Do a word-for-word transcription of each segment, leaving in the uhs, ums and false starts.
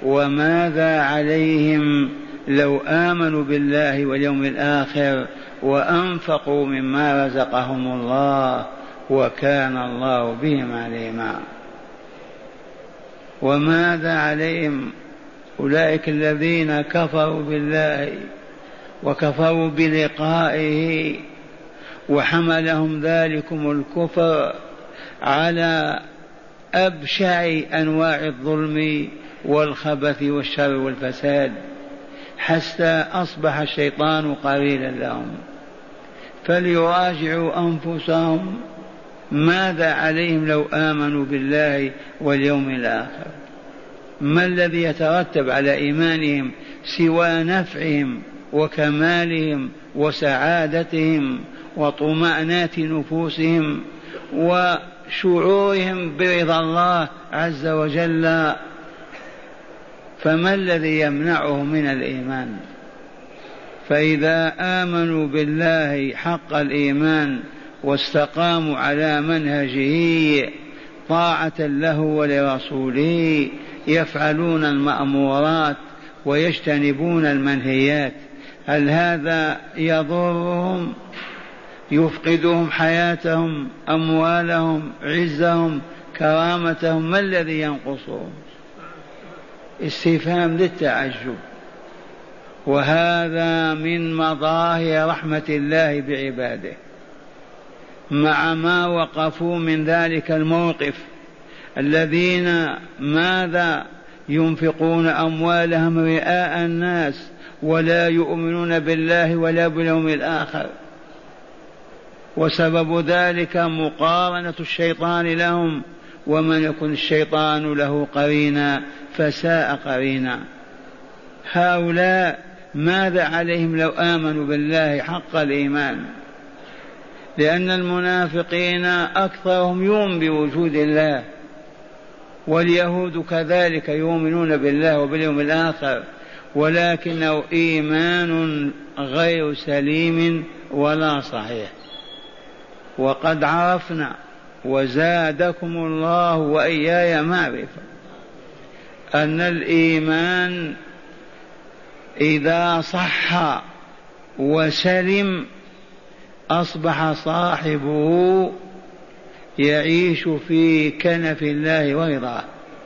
وماذا عليهم لو آمنوا بالله واليوم الآخر وأنفقوا مما رزقهم الله وكان الله بهم عليما. وماذا عليهم أولئك الذين كفروا بالله وكفروا بلقائه وحملهم ذلكم الكفر على أبشع أنواع الظلم والخبث والشر والفساد حتى أصبح الشيطان قرينا لهم. فليراجعوا أنفسهم ماذا عليهم لو آمنوا بالله واليوم الآخر. ما الذي يترتب على إيمانهم سوى نفعهم وكمالهم وسعادتهم وطمأنة نفوسهم وشعورهم برضا الله عز وجل؟ فما الذي يمنعه من الإيمان؟ فإذا آمنوا بالله حق الإيمان واستقاموا على منهجه طاعة له ولرسوله يفعلون المأمورات ويجتنبون المنهيات، هل هذا يضرهم؟ يفقدهم حياتهم، أموالهم، عزهم، كرامتهم؟ ما الذي ينقصهم؟ استفهام للتعجب. وهذا من مظاهر رحمة الله بعباده، مع ما وقفوا من ذلك الموقف الذين ماذا ينفقون أموالهم رئاء الناس ولا يؤمنون بالله ولا باليوم الآخر، وسبب ذلك مقارنة الشيطان لهم، ومن يكن الشيطان له قرينا فساء قرينا. هؤلاء ماذا عليهم لو آمنوا بالله حق الإيمان؟ لأن المنافقين أكثرهم يؤمن بوجود الله، واليهود كذلك يؤمنون بالله وباليوم الآخر، ولكنه إيمان غير سليم ولا صحيح. وقد عرفنا وزادكم الله وإياي معرفة أن الإيمان إذا صح وسلم أصبح صاحبه يعيش في كنف الله ورضاه،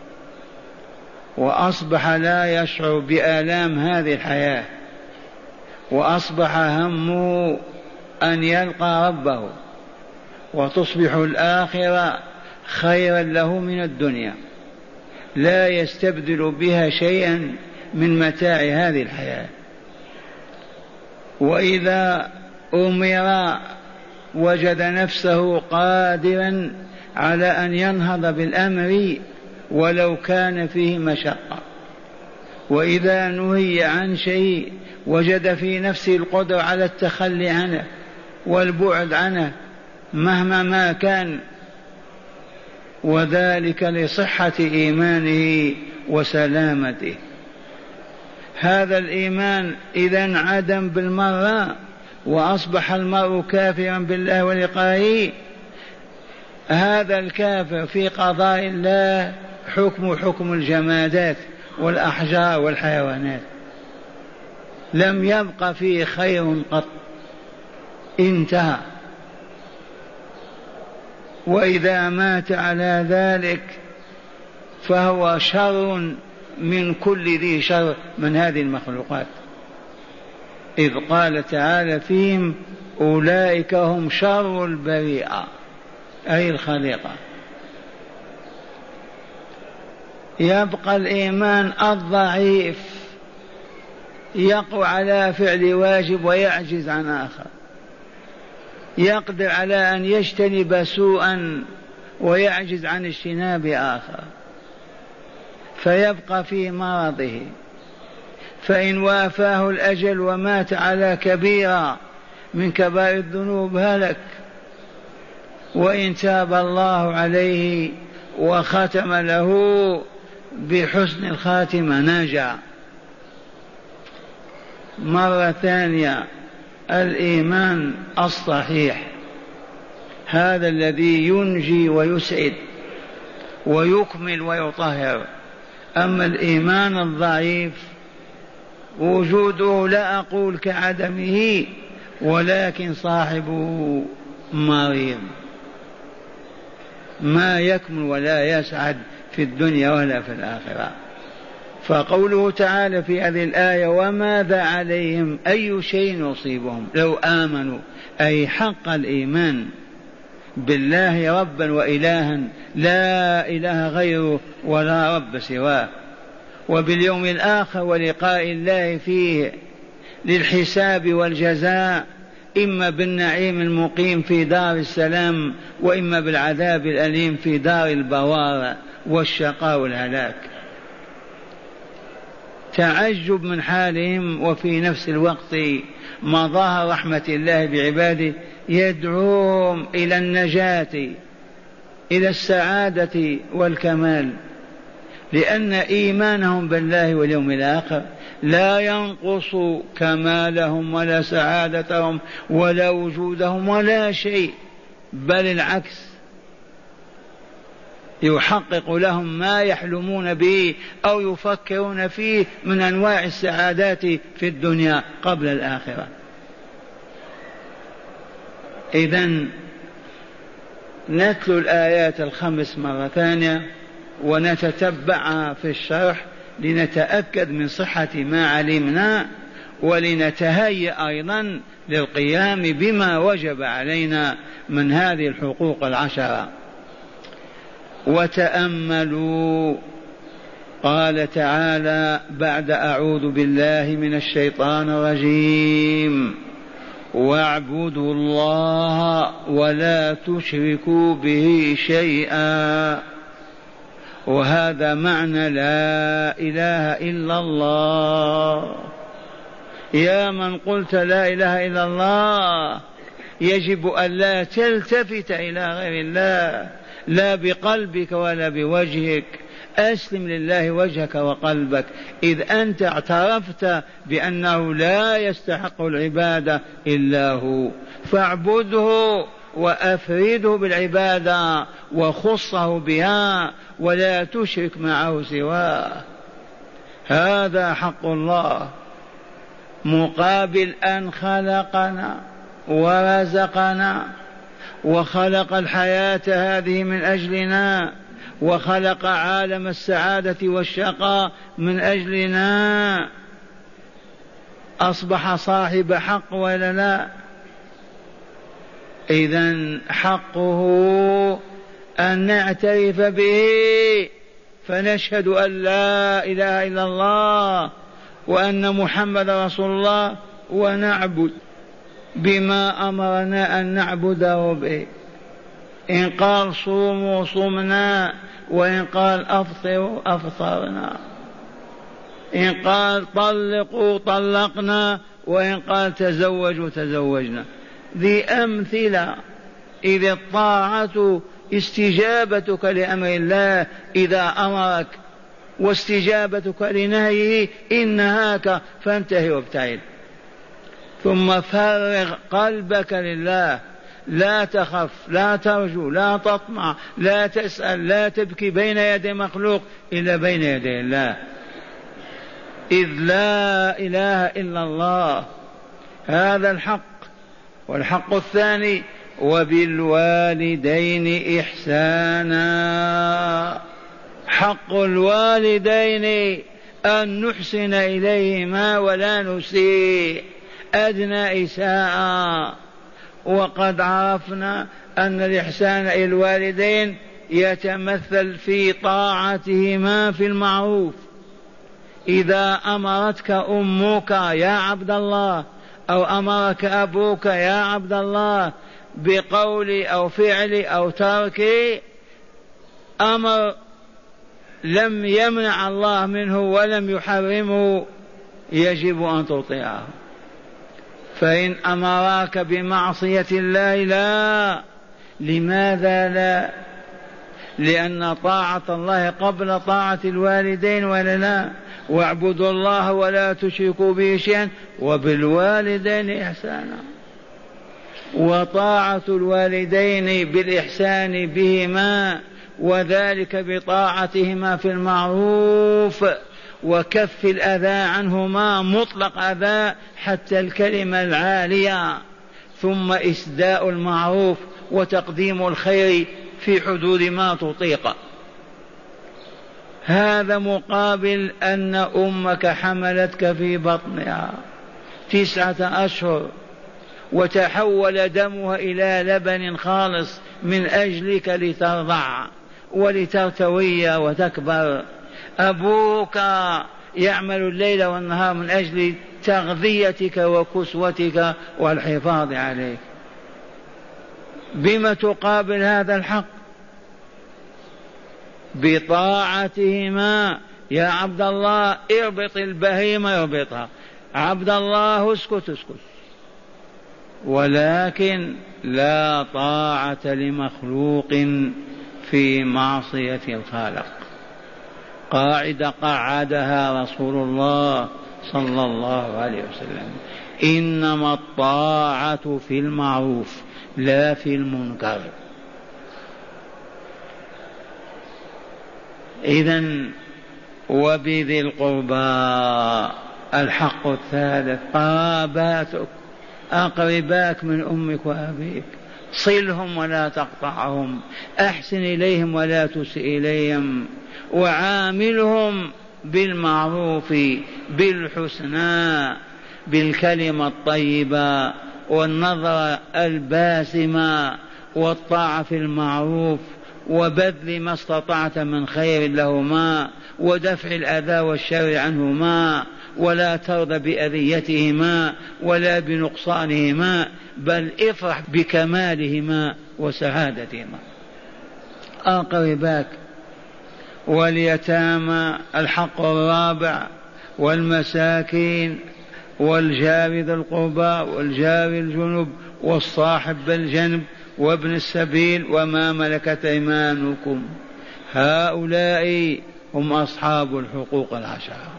وأصبح لا يشعر بآلام هذه الحياة، وأصبح همه أن يلقى ربه، وتصبح الآخرة خيرا له من الدنيا، لا يستبدل بها شيئا من متاع هذه الحياة. وإذا أمر وجد نفسه قادرا على أن ينهض بالأمر ولو كان فيه مشقة، وإذا نهي عن شيء وجد في نفسه القدرة على التخلي عنه والبعد عنه مهما ما كان، وذلك لصحة إيمانه وسلامته. هذا الإيمان إذا انعدم بالمرة وأصبح المرء كافرا بالله ولقائه، هذا الكافر في قضاء الله حكم حكم الجمادات والأحجار والحيوانات، لم يبق فيه خير قط، انتهى. وإذا مات على ذلك فهو شر من كل ذي شر من هذه المخلوقات، إذ قال تعالى فيهم أولئك هم شر البريئة، أي الخليقة. يبقى الإيمان الضعيف يقوى على فعل واجب ويعجز عن آخر، يقدر على أن يجتنب سوءا ويعجز عن اجتناب آخر، فيبقى في مرضه. فإن وافاه الأجل ومات على كبيرة من كبائر الذنوب هلك، وإن تاب الله عليه وختم له بحسن الخاتمة نجا. مرة ثانية الإيمان الصحيح هذا الذي ينجي ويسعد ويكمل ويطهر، أما الإيمان الضعيف وجوده لا أقول كعدمه، ولكن صاحبه مريض ما يكمل ولا يسعد في الدنيا ولا في الآخرة. فقوله تعالى في هذه الآية وماذا عليهم أي شيء يصيبهم لو آمنوا، أي حق الإيمان بالله ربا وإلها لا إله غيره ولا رب سواه، وباليوم الآخر ولقاء الله فيه للحساب والجزاء، إما بالنعيم المقيم في دار السلام وإما بالعذاب الأليم في دار البوار والشقاء والهلاك. تعجب من حالهم وفي نفس الوقت مظاهر رحمة الله بعباده، يدعوهم إلى النجاة إلى السعادة والكمال، لأن إيمانهم بالله واليوم الآخر لا ينقص كمالهم ولا سعادتهم ولا وجودهم ولا شيء، بل العكس يحقق لهم ما يحلمون به أو يفكرون فيه من أنواع السعادات في الدنيا قبل الآخرة. إذن نتلو الآيات الخمس مرة ثانية ونتتبعها في الشرح لنتأكد من صحة ما علمنا، ولنتهيأ أيضا للقيام بما وجب علينا من هذه الحقوق العشرة. وتأملوا قال تعالى بعد أعوذ بالله من الشيطان الرجيم واعبدوا الله ولا تشركوا به شيئا، وهذا معنى لا إله إلا الله. يا من قلت لا إله إلا الله يجب أن لا تلتفت إلى غير الله، لا بقلبك ولا بوجهك، أسلم لله وجهك وقلبك، إذ أنت اعترفت بأنه لا يستحق العبادة إلا هو، فاعبده وأفرده بالعبادة وخصه بها ولا تشرك معه سواه. هذا حق الله، مقابل أن خلقنا ورزقنا وخلق الحياة هذه من أجلنا وخلق عالم السعادة والشقاء من أجلنا، أصبح صاحب حق ولا لا؟ إذن حقه أن نعترف به فنشهد أن لا إله إلا الله وأن محمد رسول الله، ونعبد بما أمرنا أن نعبده به. إن قال صوموا صمنا، وإن قال أفطروا أفطرنا، إن قال طلقوا طلقنا، وإن قال تزوجوا تزوجنا. ذي أمثلة. إذ الطاعة استجابتك لأمر الله إذا أمرك، واستجابتك لنهيه إن نهاك فانتهي وابتعد. ثم فرغ قلبك لله، لا تخف لا ترجو لا تطمع لا تسأل لا تبكي بين يدي مخلوق إلا بين يدي الله، إذ لا إله إلا الله. هذا الحق. والحق الثاني وبالوالدين إحسانا. حق الوالدين أن نحسن إليهما ولا نسيء أدنى إساءة، وقد عرفنا أن الإحسان إلى الوالدين يتمثل في طاعتهما في المعروف. إذا أمرتك أمك يا عبد الله أو أمرك أبوك يا عبد الله بقول أو فعل أو ترك أمر لم يمنع الله منه ولم يحرمه، يجب أن تطيعه. فإن أمراك بمعصية الله لا. لماذا لا؟ لأن طاعة الله قبل طاعة الوالدين ولا لا؟ واعبدوا الله ولا تشركوا به شيئا وبالوالدين إحسانا. وطاعة الوالدين بالإحسان بهما وذلك بطاعتهما في المعروف وكف الأذى عنهما مطلق أذى حتى الكلمة العالية، ثم إسداء المعروف وتقديم الخير في حدود ما تطيق. هذا مقابل أن أمك حملتك في بطنها تسعة أشهر وتحول دمها إلى لبن خالص من أجلك لترضع ولترتوي وتكبر. أبوك يعمل الليل والنهار من أجل تغذيتك وكسوتك والحفاظ عليك. بما تقابل هذا الحق؟ بطاعتهما. يا عبد الله اربط البهيمة اربطها، عبد الله اسكت اسكت. ولكن لا طاعة لمخلوق في معصية الخالق. قاعدة قعدها رسول الله صلى الله عليه وسلم: إنما الطاعة في المعروف لا في المنكر. إذن وبذي القربى الحق الثالث قراباتك، أقرباك من أمك وأبيك، صلهم ولا تقطعهم، أحسن إليهم ولا تسئ إليهم، وعاملهم بالمعروف بالحسنى بالكلمة الطيبة والنظرة الباسمة والطاعة في المعروف وبذل ما استطعت من خير لهما ودفع الأذى والشر عنهما، ولا ترضى بأذيتهما ولا بنقصانهما، بل افرح بكمالهما وسعادتهما. أقرباك واليتامى الحق الرابع، والمساكين والجار ذي القربى والجار الجنب والصاحب بالجنب وابن السبيل وما ملكت أيمانكم، هؤلاء هم أصحاب الحقوق العشرة.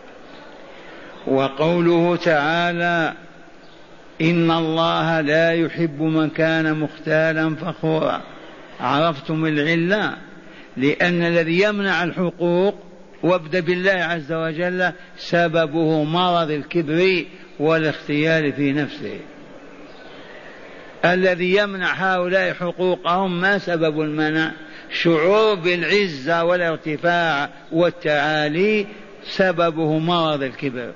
وقوله تعالى: إن الله لا يحب من كان مختالا فخورا. عرفتم العلة؟ لأن الذي يمنع الحقوق وابدأ بالله عز وجل سببه مرض الكبر والاختيال في نفسه. الذي يمنع هؤلاء حقوقهم ما سبب المنع؟ شعور بالعزة والارتفاع والتعالي، سببه مرض الكبر.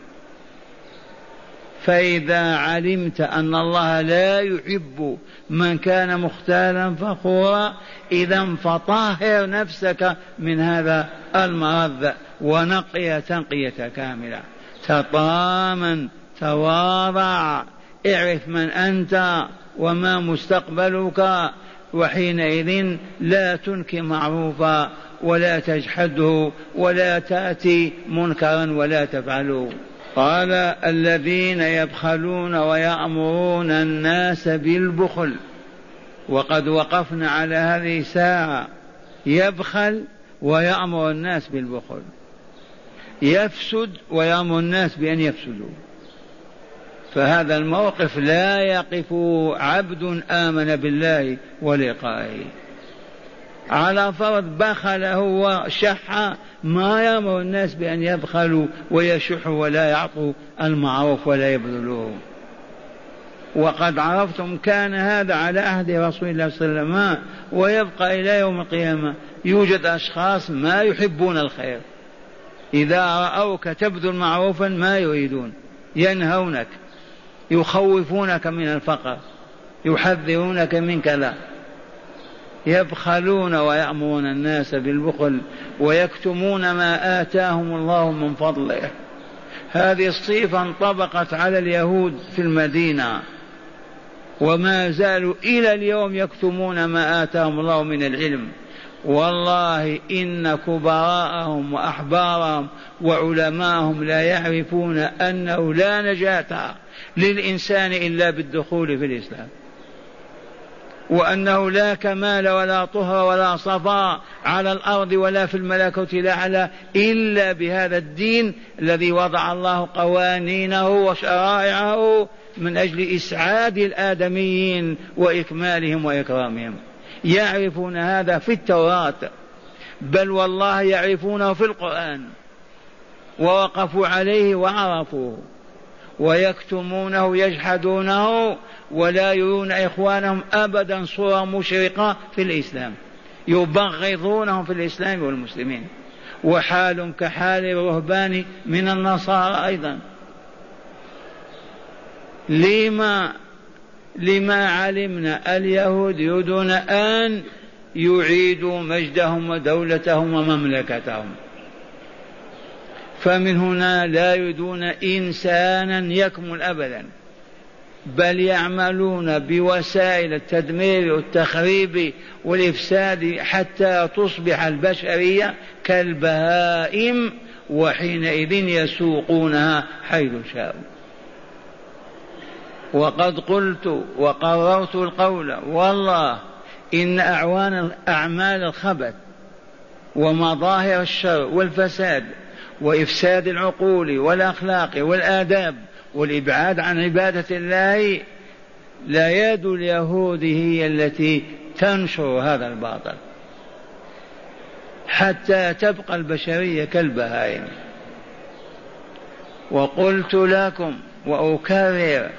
فإذا علمت أن الله لا يحب من كان مختالا فخورا، إذا فطهر نفسك من هذا المرض ونقي تنقية كاملة. تطامن، تواضع، اعرف من أنت وما مستقبلك، وحينئذ لا تنكر معروفا ولا تجحده ولا تأتي منكرا ولا تفعله. قال: الذين يبخلون ويأمرون الناس بالبخل. وقد وقفنا على هذه ساعة. يبخل ويأمر الناس بالبخل، يفسد ويأمر الناس بأن يفسدوا. فهذا الموقف لا يقف عبد آمن بالله ولقائه. على فرض بخل هو شح، ما يأمر الناس بأن يبخلوا ويشحوا ولا يعطوا المعروف ولا يبذلوه. وقد عرفتم كان هذا على عهد رسول الله صلى الله عليه وسلم ويبقى إلى يوم القيامة. يوجد أشخاص ما يحبون الخير، إذا رأوك تبذل معروفا ما يريدون، ينهونك، يخوفونك من الفقر، يحذرونك من كذا. يبخلون ويأمرون الناس بالبخل ويكتمون ما آتاهم الله من فضله. هذه الصفة انطبقت على اليهود في المدينة، وما زالوا إلى اليوم يكتمون ما آتاهم الله من العلم. والله إن كبراءهم وأحبارهم وعلماءهم لا يعرفون أنه لا نجاة للإنسان إلا بالدخول في الإسلام، وأنه لا كمال ولا طهر ولا صفاء على الأرض ولا في الملكوت الأعلى إلا بهذا الدين الذي وضع الله قوانينه وشرائعه من أجل إسعاد الآدميين وإكمالهم وإكرامهم. يعرفون هذا في التوراة بل والله يعرفونه في القرآن ووقفوا عليه وعرفوه، ويكتمونه يجحدونه ولا يرون إخوانهم أبدا صورة مشرقة في الإسلام، يبغضونهم في الإسلام والمسلمين، وحال كحال الرهبان من النصارى أيضا. لما لما علمنا اليهود يريدون أن يعيدوا مجدهم ودولتهم ومملكتهم، فمن هنا لا يريدون إنسانا يكمل أبدا، بل يعملون بوسائل التدمير والتخريب والإفساد حتى تصبح البشرية كالبهائم، وحينئذ يسوقونها حيث شاءوا. وقد قلت وقررت القول والله إن أعوان أعمال الخبث ومظاهر الشر والفساد وإفساد العقول والأخلاق والآداب والإبعاد عن عبادة الله لا يد اليهود هي التي تنشر هذا الباطل حتى تبقى البشرية كالبهائم. وقلت لكم وأكرر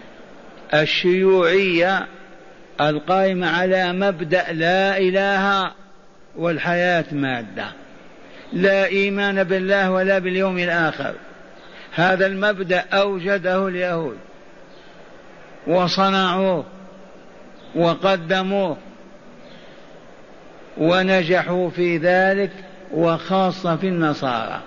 الشيوعية القائمة على مبدأ لا إله والحياة مادة، لا إيمان بالله ولا باليوم الآخر، هذا المبدأ أوجده اليهود وصنعوه وقدموه ونجحوا في ذلك، وخاصة في النصارى.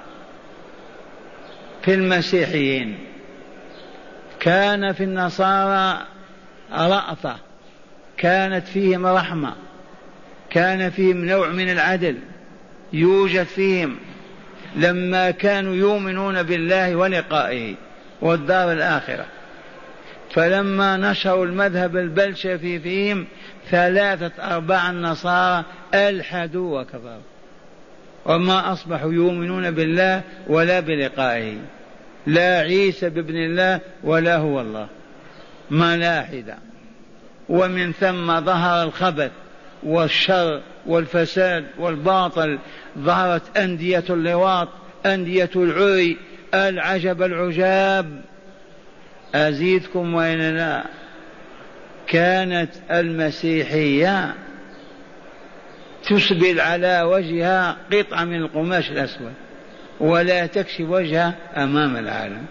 في المسيحيين كان في النصارى رأفة، كانت فيهم رحمة، كان فيهم نوع من العدل يوجد فيهم لما كانوا يؤمنون بالله ولقائه والدار الآخرة. فلما نشروا المذهب البلشفي فيهم ثلاثة أرباع النصارى ألحدوا وكفروا وما أصبحوا يؤمنون بالله ولا بلقائه، لا عيسى بابن الله ولا هو الله، ملاحدة. ومن ثم ظهر الخبث والشر والفساد والباطل، ظهرت أندية اللواط، أندية العري، العجب العجاب. أزيدكم وإن لا، كانت المسيحية تسبل على وجهها قطعة من القماش الأسود ولا تكشف وجهها أمام العالم.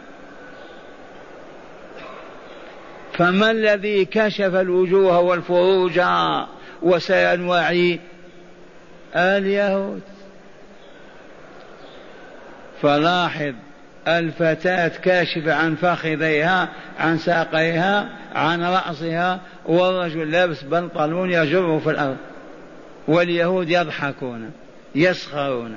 فما الذي كشف الوجوه والفروج وسينوع؟ اليهود. فلاحظ الفتاة كاشفة عن فخذيها، عن ساقيها، عن رأسها، والرجل لابس بنطلون يجره في الأرض، واليهود يضحكون يسخرون.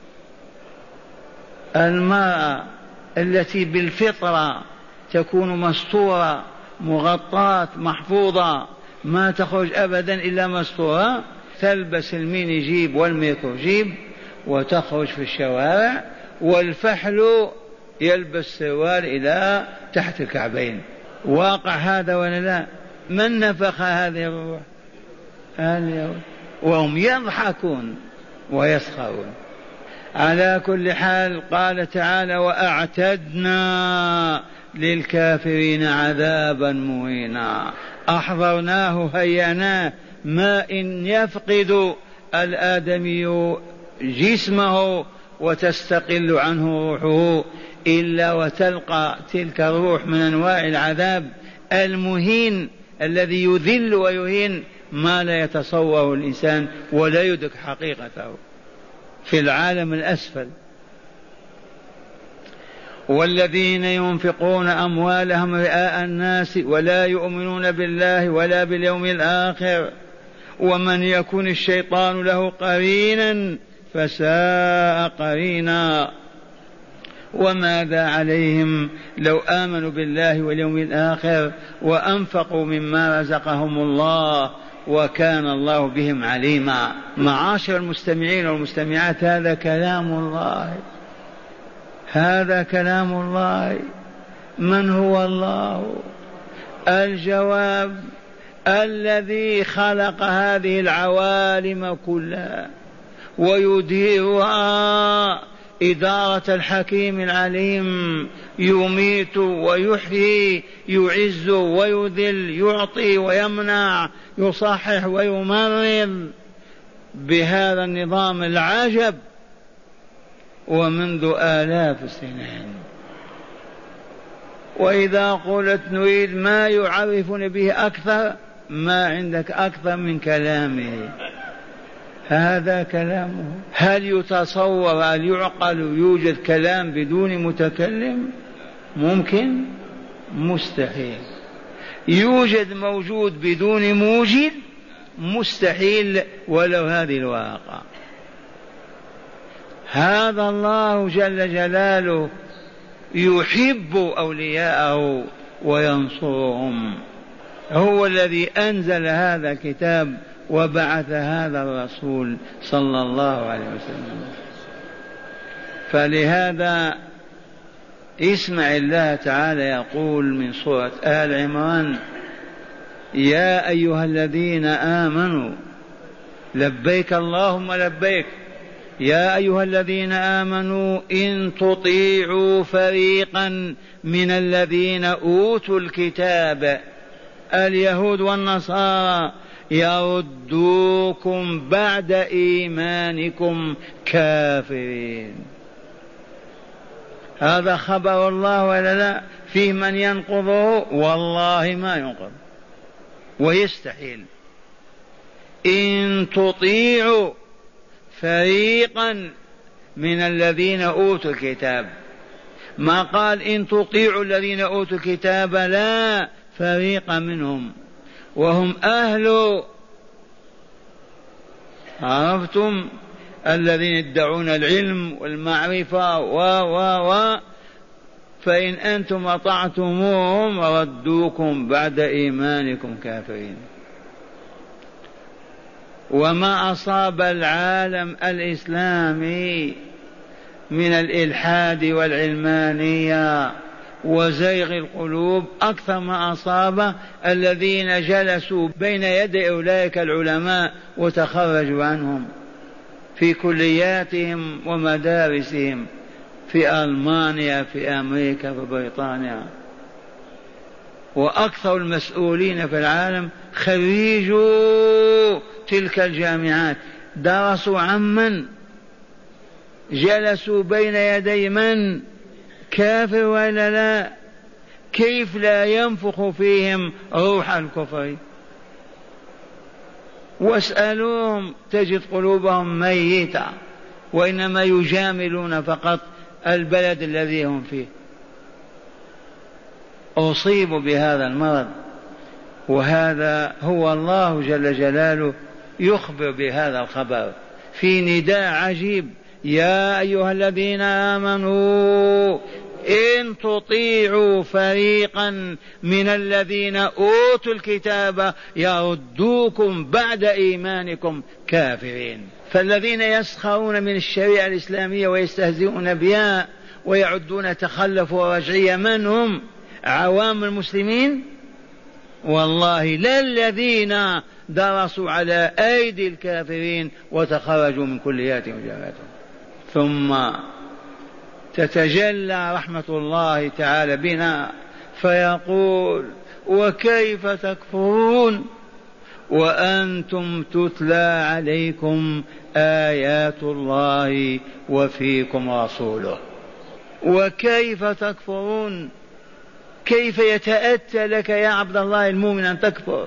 المرأة التي بالفطرة تكون مستورة مغطاة محفوظة ما تخرج أبدا إلا مستورة، تلبس الميني جيب والميكرو جيب وتخرج في الشوارع، والفحل يلبس سوار إلى تحت الكعبين. واقع هذا ولا لا؟ من نفخ هذه الروح؟ اليهود، وهم يضحكون ويسخرون. على كل حال قال تعالى: وأعتدنا للكافرين عذابا مهينا. أحضرناه هيناه، ما إن يفقد الآدمي جسمه وتستقل عنه روحه إلا وتلقى تلك الروح من أنواع العذاب المهين الذي يذل ويهين ما لا يتصوره الإنسان ولا يدرك حقيقته في العالم الأسفل. والذين ينفقون أموالهم رئاء الناس ولا يؤمنون بالله ولا باليوم الآخر ومن يكن الشيطان له قرينا فساء قرينا. وماذا عليهم لو آمنوا بالله واليوم الآخر وأنفقوا مما رزقهم الله وكان الله بهم عليما. معاشر المستمعين والمستمعات، هذا كلام الله، هذا كلام الله. من هو الله؟ الجواب: الذي خلق هذه العوالم كلها ويديرها إدارة الحكيم العليم، يميت ويحيي، يعز ويذل، يعطي ويمنع، يصحح ويمرض، بهذا النظام العجب ومنذ آلاف السنين. وإذا قلت نريد ما يعرفون به أكثر، ما عندك أكثر من كلامه. هذا كلامه. هل يتصور، هل يعقل يوجد كلام بدون متكلم؟ ممكن؟ مستحيل. يوجد موجود بدون موجد؟ مستحيل ولو هذه الواقع. هذا الله جل جلاله يحب أولياءه وينصرهم، هو الذي أنزل هذا الكتاب وبعث هذا الرسول صلى الله عليه وسلم. فلهذا اسمع الله تعالى يقول من سورة آل عمران: يا أيها الذين آمنوا، لبيك اللهم لبيك، يا أيها الذين آمنوا إن تطيعوا فريقا من الذين أوتوا الكتاب اليهود والنصارى يردوكم بعد إيمانكم كافرين. هذا خبر الله ولا لا؟ فيه من ينقضه؟ والله ما ينقض ويستحيل. إن تطيعوا فريقا من الذين أوتوا الكتاب، ما قال إن تطيعوا الذين أوتوا الكتاب، لا، فريقا منهم وهم أهل، عرفتم، الذين يدعون العلم والمعرفة و و و فإن أنتم أطعتموهم ردوكم بعد إيمانكم كافرين. وما أصاب العالم الإسلامي من الإلحاد والعلمانية وزيغ القلوب أكثر ما أصاب الذين جلسوا بين يدي أولئك العلماء وتخرجوا عنهم في كلياتهم ومدارسهم في ألمانيا، في أمريكا، في بريطانيا. وأكثر المسؤولين في العالم خريجوا تلك الجامعات درسوا عمن؟ جلسوا بين يدي من؟ كافر ولا لا؟ كيف لا ينفخ فيهم روح الكفر؟ واسألوهم تجد قلوبهم ميتة، وإنما يجاملون فقط البلد الذي هم فيه. أصيبوا بهذا المرض، وهذا هو الله جل جلاله يخبر بهذا الخبر في نداء عجيب: يا أيها الذين آمنوا إن تطيعوا فريقا من الذين أوتوا الكتاب يردوكم بعد إيمانكم كافرين. فالذين يسخرون من الشريعة الإسلامية ويستهزئون بها ويعدون تخلف ورجعية من هم؟ عوام المسلمين؟ والله لا الذين درسوا على أيدي الكافرين وتخرجوا من كلياتهم وجامعاتهم. ثم تتجلى رحمة الله تعالى بنا فيقول: وكيف تكفرون وأنتم تتلى عليكم آيات الله وفيكم رسوله؟ وكيف تكفرون؟ كيف يتأتى لك يا عبد الله المؤمن أن تكفر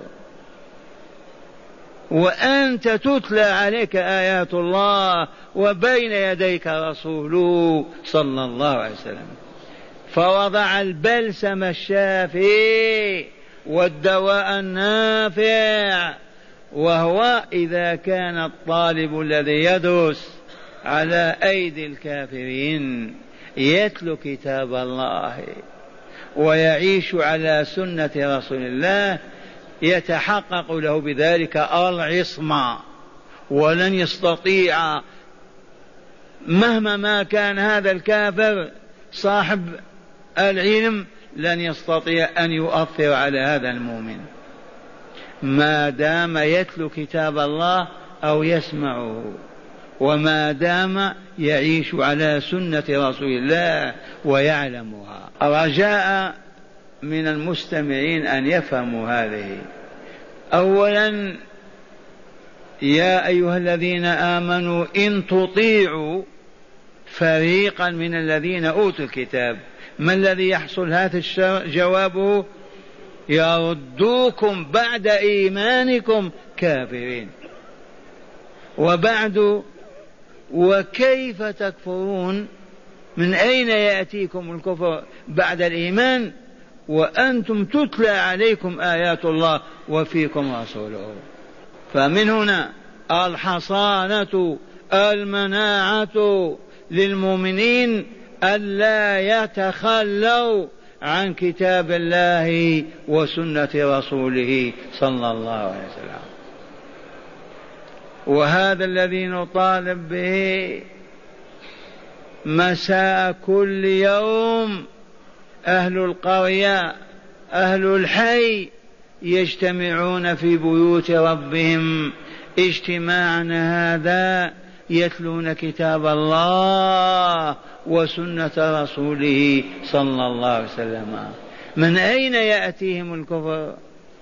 وأنت تتلى عليك آيات الله وبين يديك رسوله صلى الله عليه وسلم؟ فوضع البلسم الشافي والدواء النافع، وهو إذا كان الطالب الذي يدرس على أيدي الكافرين يتلو كتاب الله ويعيش على سنة رسول الله يتحقق له بذلك العصمة، ولن يستطيع مهما ما كان هذا الكافر صاحب العلم لن يستطيع أن يؤثر على هذا المؤمن ما دام يتلو كتاب الله أو يسمعه. وما دام يعيش على سنة رسول الله ويعلمها. رجاء من المستمعين أن يفهموا هذه. أولا يا أيها الذين آمنوا إن تطيعوا فريقا من الذين أوتوا الكتاب، ما الذي يحصل؟ هذا جوابه يردوكم بعد إيمانكم كافرين. وبعد وكيف تكفرون؟ من أين يأتيكم الكفر بعد الإيمان وأنتم تتلى عليكم آيات الله وفيكم رسوله؟ فمن هنا الحصانة المناعة للمؤمنين ألا يتخلوا عن كتاب الله وسنة رسوله صلى الله عليه وسلم. وهذا الذي نطالب به مساء كل يوم. أهل القرية أهل الحي يجتمعون في بيوت ربهم اجتماعنا هذا، يتلون كتاب الله وسنة رسوله صلى الله عليه وسلم. من أين يأتيهم الكفر؟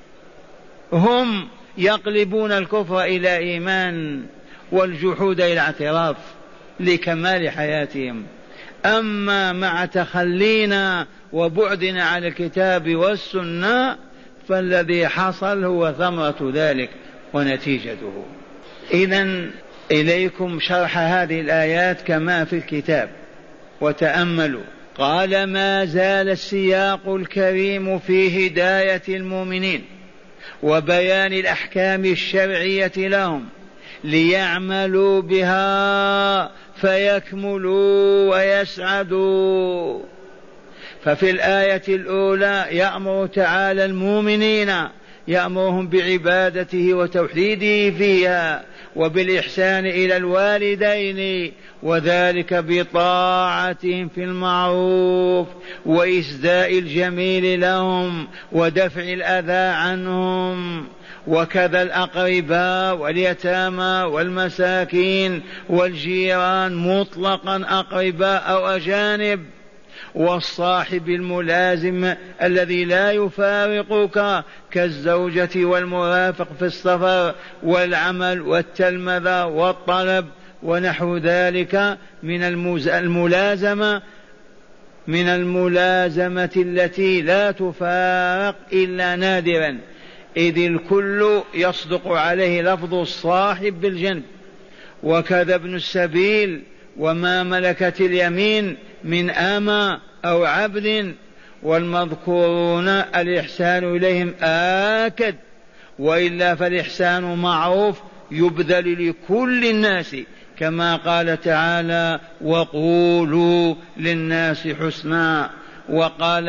هم يقلبون الكفر إلى إيمان والجحود إلى اعتراف لكمال حياتهم. أما مع تخلينا وبعدنا عن الكتاب والسنة فالذي حصل هو ثمرة ذلك ونتيجته. إذن إليكم شرح هذه الآيات كما في الكتاب وتأملوا. قال ما زال السياق الكريم في هداية المؤمنين وبيان الأحكام الشرعية لهم ليعملوا بها فيكملوا ويسعدوا. ففي الآية الأولى يأمر تعالى المؤمنين، يأمرهم بعبادته وتوحيده فيها وبالإحسان إلى الوالدين، وذلك بطاعتهم في المعروف وإسداء الجميل لهم ودفع الأذى عنهم، وكذا الأقرباء واليتامى والمساكين والجيران مطلقا أقرباء أو أجانب، والصاحب الملازم الذي لا يفارقك كالزوجة والمرافق في السفر والعمل والتلمذة والطلب ونحو ذلك من الملازمة من الملازمة التي لا تفارق إلا نادرا، إذ الكل يصدق عليه لفظ الصاحب بالجنب. وكذا ابن السبيل وما ملكت اليمين من أما أو عبد، والمذكورون الإحسان إليهم آكد، وإلا فالإحسان معروف يبذل لكل الناس كما قال تعالى وقولوا للناس حسنا، وقال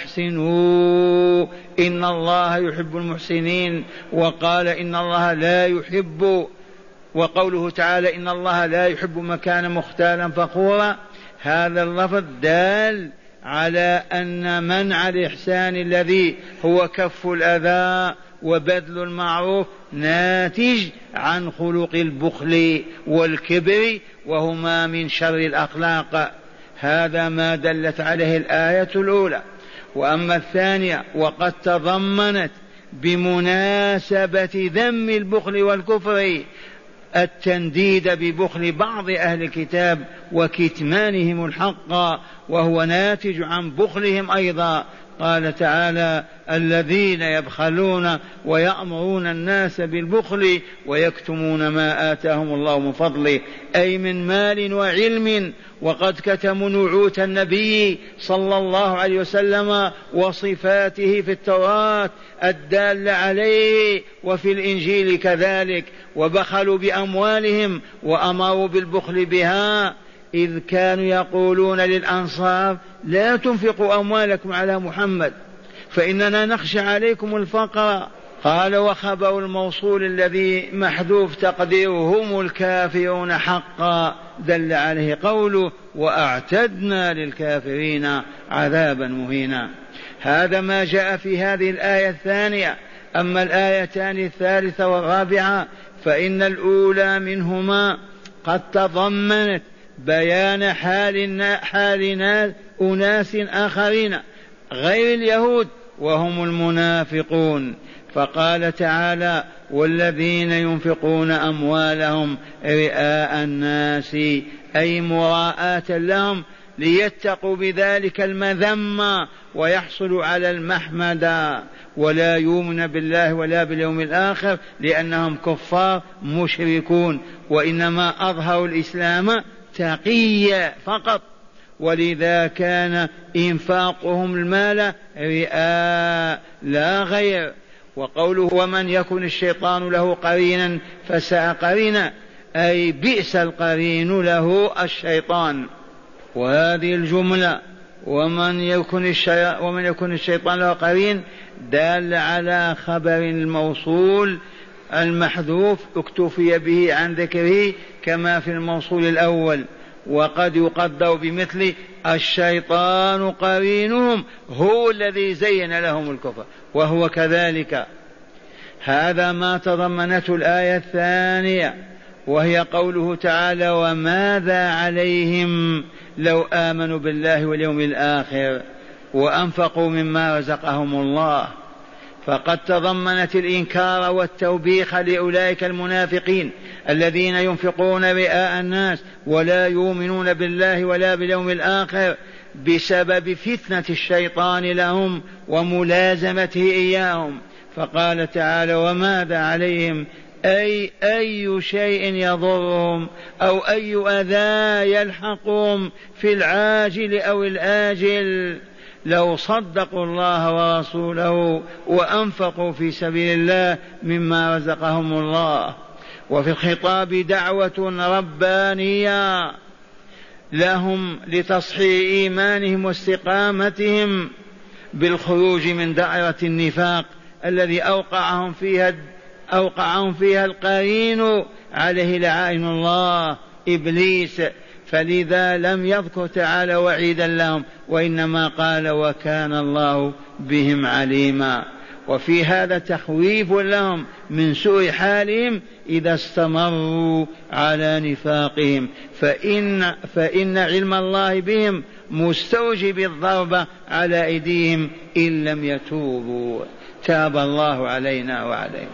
وأحسنوا إن الله يحب المحسنين، وقال إن الله لا يحب، وقوله تعالى إن الله لا يحب من كان مختالا فخورا. هذا اللفظ دال على أن منع الإحسان الذي هو كف الأذى وبذل المعروف ناتج عن خلق البخل والكبر، وهما من شر الأخلاق. هذا ما دلت عليه الآية الأولى. وأما الثانية وقد تضمنت بمناسبة ذم البخل والكفر التنديد ببخل بعض أهل الكتاب وكتمانهم الحق، وهو ناتج عن بخلهم أيضا. قال تعالى الذين يبخلون ويأمرون الناس بالبخل ويكتمون ما آتاهم الله من فضله، أي من مال وعلم، وقد كتموا نعوت النبي صلى الله عليه وسلم وصفاته في التوراة الدالة عليه وفي الإنجيل كذلك، وبخلوا بأموالهم وأمروا بالبخل بها، إذ كانوا يقولون للأنصار لا تنفقوا أموالكم على محمد فإننا نخشى عليكم الفقر. قال وخبر الموصول الذي محذوف تقديره هم الكافرون حقا دل عليه قوله وأعتدنا للكافرين عذابا مهينا. هذا ما جاء في هذه الآية الثانية. أما الآيتان الثالثة والرابعة فإن الأولى منهما قد تضمنت بيان حال حال أناس آخرين غير اليهود وهم المنافقون. فقال تعالى: والذين ينفقون أموالهم رئاء الناس، أي مراءة لهم ليتقوا بذلك المذمة ويحصلوا على المحمدة، ولا يؤمن بالله ولا باليوم الآخر لأنهم كفار مشركون، وإنما أظهروا الإسلام تقيا فقط، ولذا كان إنفاقهم المال رئاء لا غير. وقوله: ومن يكن الشيطان له قرينا فساء قرينا، أي بئس القرين له الشيطان. وهذه الجملة ومن يكن, الشي... ومن يكن الشيطان له قرين دال على خبر الموصول المحذوف اكتفي به عن ذكره كما في الموصول الأول، وقد يقدر بمثل الشيطان قرينهم هو الذي زين لهم الكفر، وهو كذلك. هذا ما تضمنته الآية الثانية، وهي قوله تعالى: وماذا عليهم لو آمنوا بالله واليوم الآخر وأنفقوا مما رزقهم الله. فقد تضمنت الإنكار والتوبيخ لأولئك المنافقين الذين ينفقون رئاء الناس ولا يؤمنون بالله ولا باليوم الآخر بسبب فتنة الشيطان لهم وملازمته إياهم. فقال تعالى: وماذا عليهم، أي أي شيء يضرهم أو أي أذى يلحقهم في العاجل أو الآجل لو صدقوا الله ورسوله وأنفقوا في سبيل الله مما رزقهم الله. وفي الخطاب دعوة ربانية لهم لتصحيح إيمانهم واستقامتهم بالخروج من دائرة النفاق الذي أوقعهم فيها أوقعهم فيها القرين عليه لعائن الله إبليس. فلذا لم يذكر تعالى وعيدا لهم، وإنما قال: وكان الله بهم عليما. وفي هذا تخويف لهم من سوء حالهم إذا استمروا على نفاقهم، فإن, فإن علم الله بهم مستوجب الضرب على أيديهم إن لم يتوبوا. تاب الله علينا وعليهم.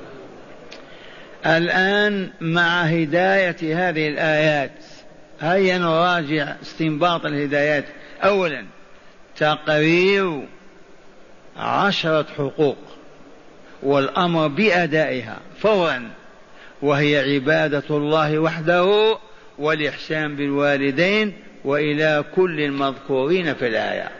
الآن مع هداية هذه الآيات هيا نراجع استنباط الهدايات. أولا، تقرير عشرة حقوق والأمر بأدائها فورا، وهي عبادة الله وحده والإحسان بالوالدين وإلى كل المذكورين في الآية.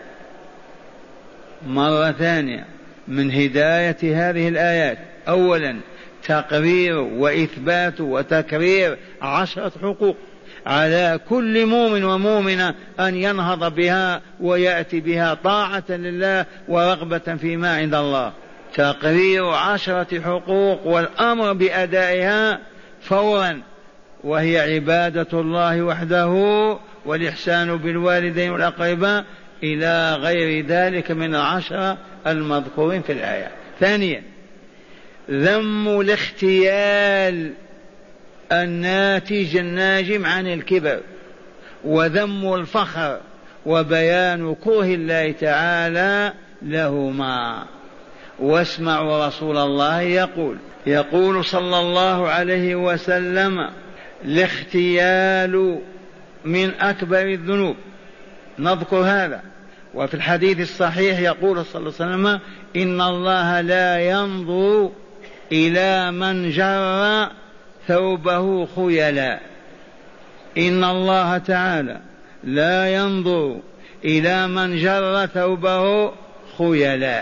مرة ثانية من هداية هذه الآيات: أولا، تقرير وإثبات وتكرير عشرة حقوق على كل مؤمن ومؤمنة أن ينهض بها ويأتي بها طاعة لله ورغبة فيما عند الله. تقرير عشرة حقوق والأمر بأدائها فورا، وهي عبادة الله وحده والإحسان بالوالدين والأقرباء إلى غير ذلك من العشرة المذكورين في الآية. ثانيا، ذم الاختيال الناتج الناجم عن الكبر، وذم الفخر، وبيان كره الله تعالى لهما. واسمعوا رسول الله يقول يقول صلى الله عليه وسلم: الاختيال من أكبر الذنوب. نذكر هذا. وفي الحديث الصحيح يقول صلى الله عليه وسلم: إن الله لا ينظر إلى من جر ثوبه خيلا. إن الله تعالى لا ينظر إلى من جر ثوبه خيلا.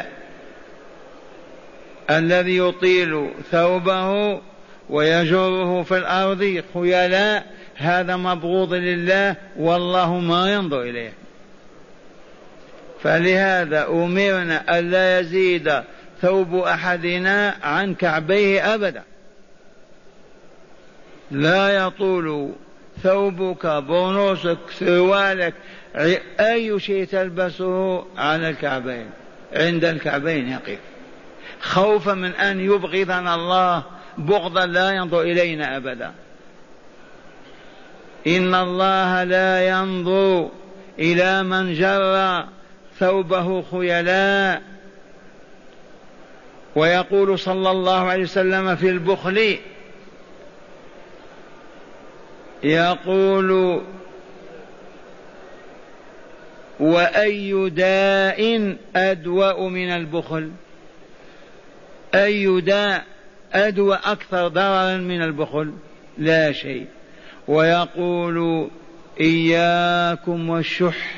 الذي يطيل ثوبه ويجره في الأرض خيلا هذا مبغوض لله، والله ما ينظر إليه. فلهذا أمرنا ألا يزيد ثوب أحدنا عن كعبيه أبدا. لا يطول ثوبك، بونوسك، سروالك، أي شيء تلبسه على الكعبين، عند الكعبين يقف، خوفا من أن يبغضنا الله بغضا لا ينظر إلينا أبدا. إن الله لا ينظر إلى من جر ثوبه خيلاء. ويقول صلى الله عليه وسلم في البخل، يقول: وأي داء أدوأ من البخل؟ أي داء أدوأ أكثر ضررا من البخل؟ لا شيء. ويقول: إياكم والشح.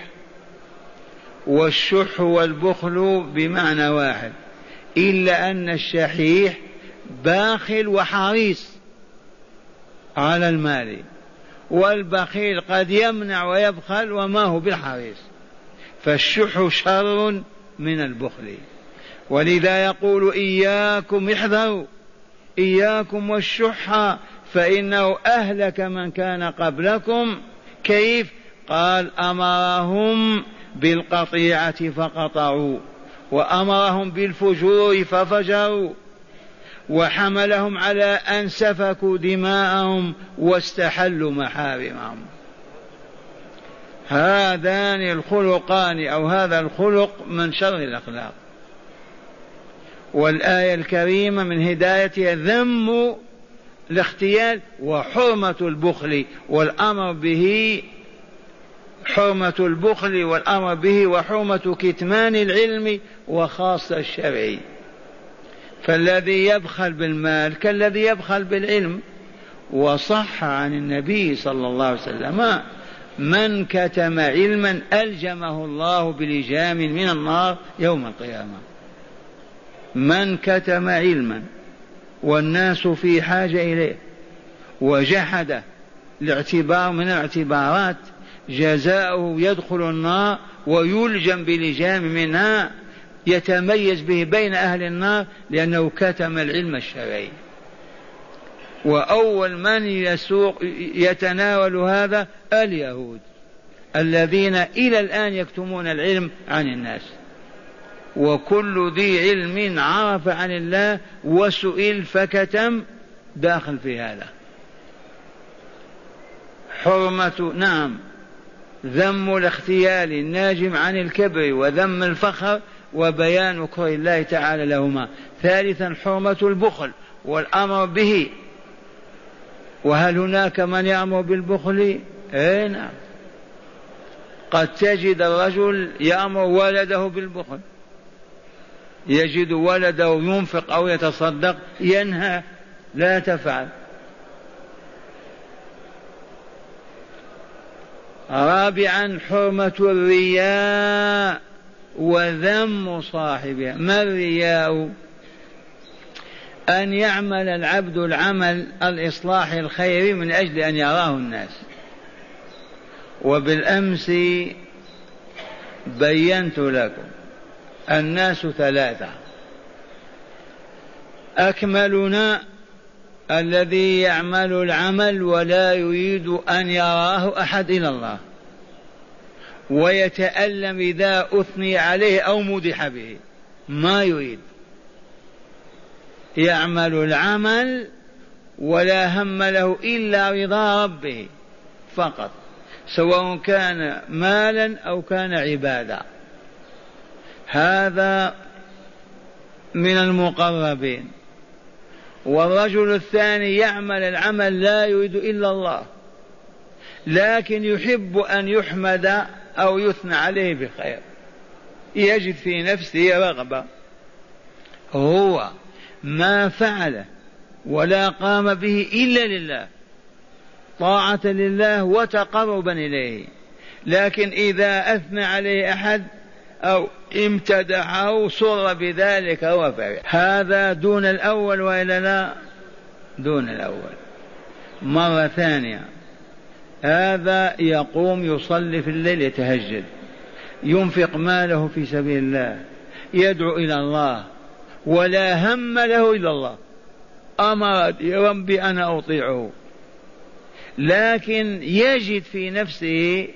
والشح والبخل بمعنى واحد، إلا أن الشحيح باخل وحريص على المال، والبخيل قد يمنع ويبخل وما هو بالحريص. فالشح شر من البخل. ولذا يقول: إياكم، احذروا، إياكم والشح فإنه أهلك من كان قبلكم. كيف؟ قال: أمرهم بالقطيعة فقطعوا، وأمرهم بالفجور ففجروا، وحملهم على أن سفكوا دماءهم واستحلوا محارمهم. هذان الخلقان أو هذا الخلق من شر الأخلاق. والآية الكريمة من هدايتها ذم الاختيال وحرمة البخل والأمر به، حرمة البخل والأمر به، وحرمة كتمان العلم وخاصة الشرعي. فالذي يبخل بالمال كالذي يبخل بالعلم. وصح عن النبي صلى الله عليه وسلم: من كتم علما ألجمه الله بلجام من النار يوم القيامة. من كتم علما والناس في حاجة إليه وجحد لاعتبار من الاعتبارات، جزاؤه يدخل النار ويلجم بلجام منها يتميز به بين أهل النار، لأنه كتم العلم الشرعي. وأول من يسوق يتناول هذا اليهود الذين إلى الآن يكتمون العلم عن الناس. وكل ذي علم عرف عن الله وسئل فكتم داخل في هذا. حرمة، نعم، ذم الاختيال الناجم عن الكبر وذم الفخر وبيان كره الله تعالى لهما. ثالثا حرمة البخل والأمر به. وهل هناك من يأمر بالبخل؟ اي نعم. قد تجد الرجل يأمر ولده بالبخل، يجد ولده ينفق أو يتصدق ينهى: لا تفعل. رابعا حرمة الرياء وذم صاحبها. ما الرياء؟ أن يعمل العبد العمل الإصلاح الخيري من أجل أن يراه الناس. وبالأمس بينت لكم الناس ثلاثة: أكملنا الذي يعمل العمل ولا يريد أن يراه أحد إلى الله، ويتألم إذا أثني عليه أو مدح به، ما يريد، يعمل العمل ولا هم له إلا رضا ربه فقط، سواء كان مالا أو كان عبادة. هذا من المقربين. والرجل الثاني يعمل العمل لا يريد إلا الله، لكن يحب أن يحمد أو يثنى عليه بخير، يجد في نفسه رغبة، هو ما فعله ولا قام به إلا لله، طاعة لله وتقربا إليه. لكن إذا أثنى عليه أحد أو امتدحه سر بذلك وفرح. هذا دون الأول وإلا لا؟ دون الأول. مرة ثانية، هذا يقوم يصلي في الليل، يتهجد، ينفق ماله في سبيل الله، يدعو إلى الله، ولا هم له إلا الله، أمر ربي أنا أطيعه، لكن يجد في نفسه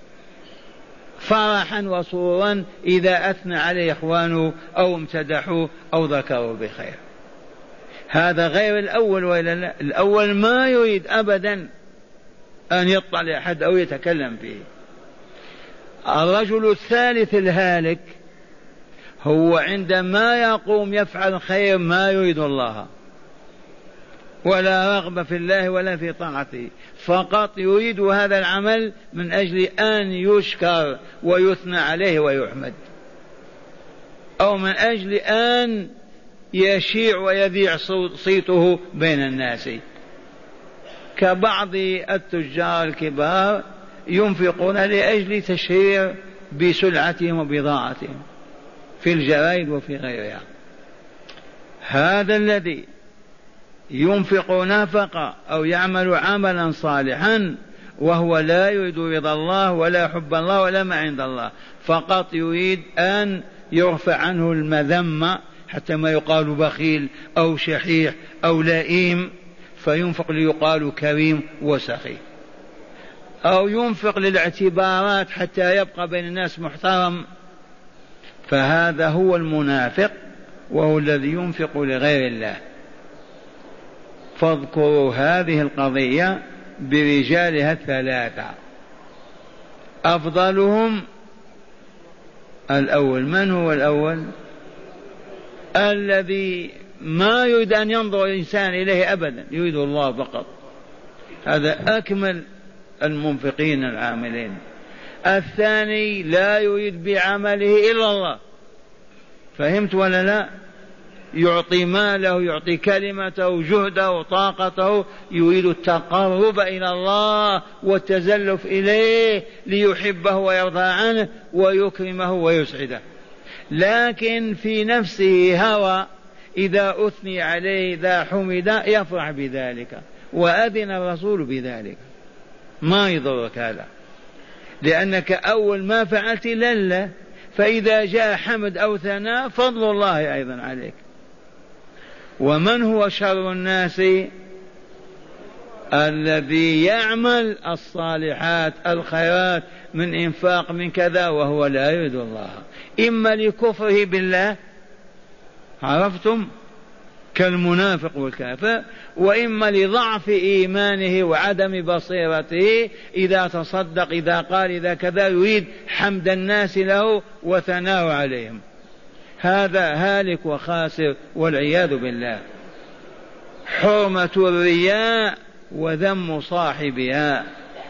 فرحا وسرورا إذا أثنى عليه إخوانه أو امتدحوا أو ذكروا بخير. هذا غير الأول ولا لا؟ الأول ما يريد أبدا، أن يطلع أحد أو يتكلم فيه. الرجل الثالث الهالك هو عندما يقوم يفعل خير ما يريد الله ولا رغبة في الله ولا في طاعته، فقط يريد هذا العمل من أجل أن يشكر ويثنى عليه ويحمد، أو من أجل أن يشيع ويذيع صيته بين الناس، كبعض التجار الكبار ينفقون لأجل تشهير بسلعتهم وبضاعتهم في الجرائد وفي غيرها. هذا الذي ينفق نفقة أو يعمل عملا صالحا وهو لا يريد رضا الله ولا حب الله ولا ما عند الله، فقط يريد أن يرفع عنه المذمة حتى ما يقال بخيل أو شحيح أو لئيم، فينفق ليقال كريم وسخي، أو ينفق للاعتبارات حتى يبقى بين الناس محترم، فهذا هو المنافق وهو الذي ينفق لغير الله. فاذكروا هذه القضية برجالها الثلاثة. أفضلهم الأول. من هو الأول؟ الذي ما يريد أن ينظر الإنسان إليه أبدا، يريد الله فقط، هذا أكمل المنفقين العاملين. الثاني لا يريد بعمله إلا الله، فهمت ولا لا؟ يعطي ماله، يعطي كلمته، جهده، طاقته، يريد التقرب إلى الله والتزلف إليه ليحبه ويرضى عنه ويكرمه ويسعده، لكن في نفسه هوى، إذا أثني عليه إذا حمد يفرح بذلك، وأذن الرسول بذلك. ما يضرك هذا، لأنك أول ما فعلت لله، فإذا جاء حمد أو ثناء فضل الله أيضا عليك. ومن هو شر الناس؟ الذي يعمل الصالحات الخيرات من إنفاق من كذا وهو لا يريد الله، إما لكفره بالله، عرفتم، كالمنافق والكافر، وإما لضعف إيمانه وعدم بصيرته، إذا تصدق إذا قال إذا كذا يريد حمد الناس له وثناء عليهم. هذا هالك وخاسر والعياذ بالله. حرمة الرياء وذم صاحبها.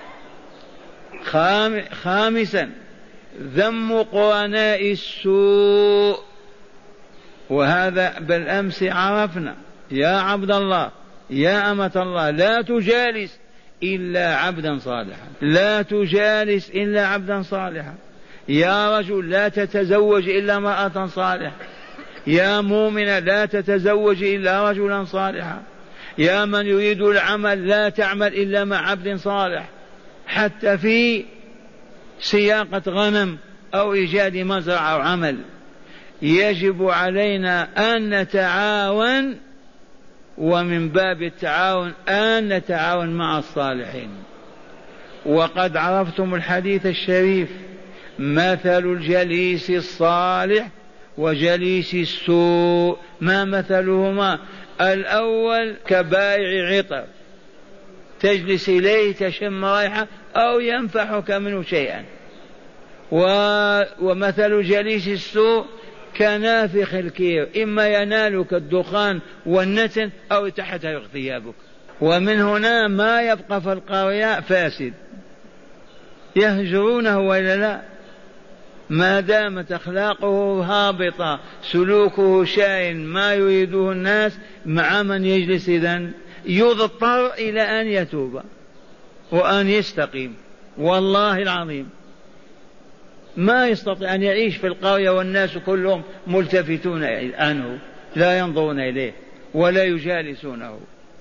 خامسا ذم قرناء السوء، وهذا بالأمس عرفنا. يا عبد الله يا أمة الله لا تجالس إلا عبدا صالحا، لا تجالس إلا عبدا صالحا. يا رجل لا تتزوج إلا امرأة صالحة، يا مؤمنة لا تتزوج إلا رجلا صالحا، يا من يريد العمل لا تعمل إلا مع عبد صالح. حتى في سياقة غنم أو إيجاد مزرعة أو عمل يجب علينا أن نتعاون، ومن باب التعاون أن نتعاون مع الصالحين. وقد عرفتم الحديث الشريف: مثل الجليس الصالح وجليس السوء ما مثلهما؟ الأول كبائع عطر تجلس إليه تشم رائحة أو ينفحك منه شيئا، ومثل جليس السوء كنافخ الكير، إما ينالك الدخان والنتن أو تحت ثيابك. ومن هنا ما يبقى في القرية فاسد يهجرونه ولا لا، ما دامت أخلاقه هابطة سلوكه شائن ما يريده الناس، مع من يجلس إذن؟ يضطر إلى أن يتوب وأن يستقيم. والله العظيم ما يستطيع أن يعيش في القرية والناس كلهم ملتفتون عنه، لا ينظرون إليه ولا يجالسونه.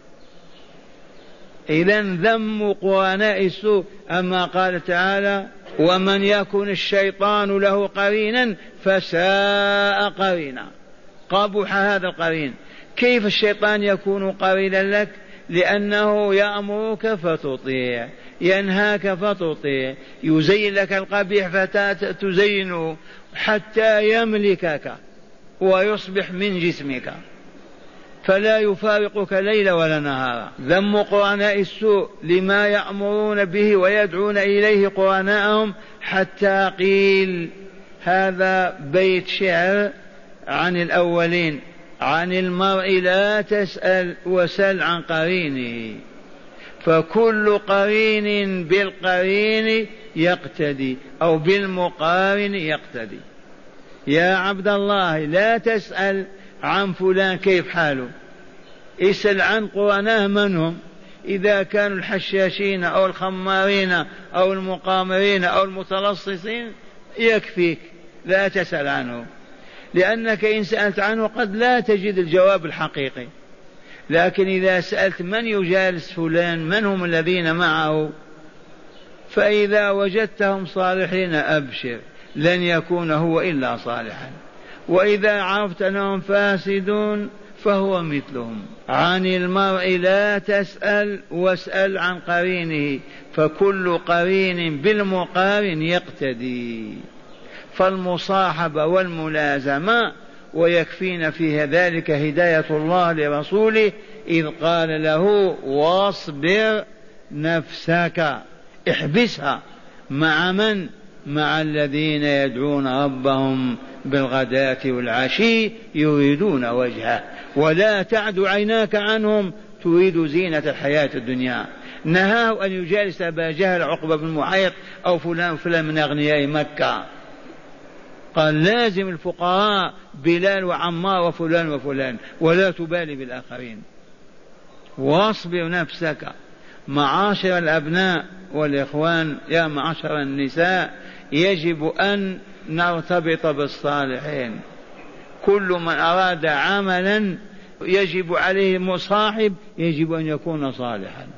إذن ذم قرناء السوء. أما قال تعالى: ومن يكن الشيطان له قرينا فساء قرينا. قبح هذا القرين. كيف الشيطان يكون قرينا لك؟ لأنه يأمرك فتطيع، ينهاك فتطيع، يزين لك القبيح فتزينه حتى يملكك ويصبح من جسمك. فلا يفارقك ليل ولا نهار. ذم قرناء السوء لما يأمرون به ويدعون إليه قرناءهم، حتى قيل هذا بيت شعر عن الأولين: عن المرء لا تسأل وسل عن قرينه، فكل قرين بالقرين يقتدي أو بالمقارن يقتدي. يا عبد الله لا تسأل عن فلان كيف حاله، اسأل عن قرناه من هم، إذا كانوا الحشاشين أو الخمارين أو المقامرين أو المتلصصين يكفيك، لا تسأل عنه، لأنك إن سألت عنه قد لا تجد الجواب الحقيقي. لكن إذا سألت من يجالس فلان، من هم الذين معه، فإذا وجدتهم صالحين أبشر، لن يكون هو إلا صالحا، وإذا عرفت أنهم فاسدون فهو مثلهم. عن المرء لا تسأل واسأل عن قرينه، فكل قرين بالمقارن يقتدي. فالمصاحبة والملازمة، ويكفينا في ذلك هداية الله لرسوله إذ قال له: واصبر نفسك، احبسها مع من؟ مع الذين يدعون ربهم بالغداة والعشي يريدون وجهه، ولا تعد عيناك عنهم تريد زينة الحياة الدنيا. نهاه أن يجالس أبا جهل، عقبة بن معيط، أو فلان فلان من أغنياء مكة. قال: لازم الفقراء، بلال وعمار وفلان وفلان، ولا تبالي بالآخرين. واصبر نفسك. معاشر الأبناء والإخوان، يا معاشر النساء، يجب أن نرتبط بالصالحين. كل من أراد عملا يجب عليه مصاحب، يجب أن يكون صالحا.